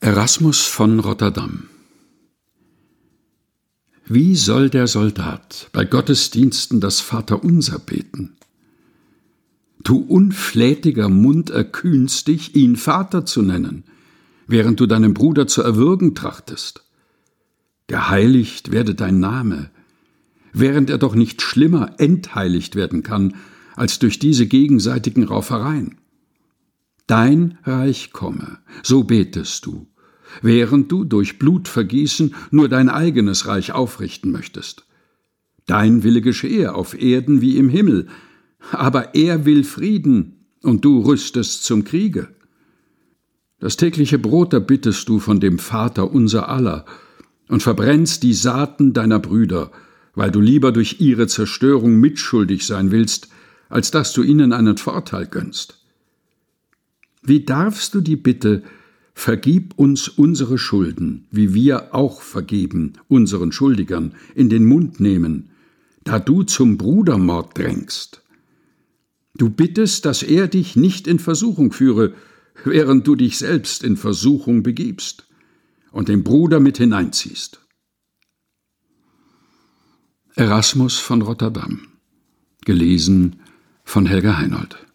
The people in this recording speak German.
Erasmus von Rotterdam. Wie soll der Soldat bei Gottesdiensten das Vaterunser beten? Du unflätiger Mund erkühnst dich, ihn Vater zu nennen, während du deinen Bruder zu erwürgen trachtest. Geheiligt werde dein Name, während er doch nicht schlimmer entheiligt werden kann, als durch diese gegenseitigen Raufereien. Dein Reich komme, so betest du, während du durch Blutvergießen nur dein eigenes Reich aufrichten möchtest. Dein Wille geschehe auf Erden wie im Himmel, aber er will Frieden, und du rüstest zum Kriege. Das tägliche Brot erbittest du von dem Vater unser aller und verbrennst die Saaten deiner Brüder, weil du lieber durch ihre Zerstörung mitschuldig sein willst, als dass du ihnen einen Vorteil gönnst. Wie darfst du die Bitte, vergib uns unsere Schulden, wie wir auch vergeben unseren Schuldigern, in den Mund nehmen, da du zum Brudermord drängst? Du bittest, dass er dich nicht in Versuchung führe, während du dich selbst in Versuchung begibst und den Bruder mit hineinziehst. Erasmus von Rotterdam. Gelesen von Helga Heinold.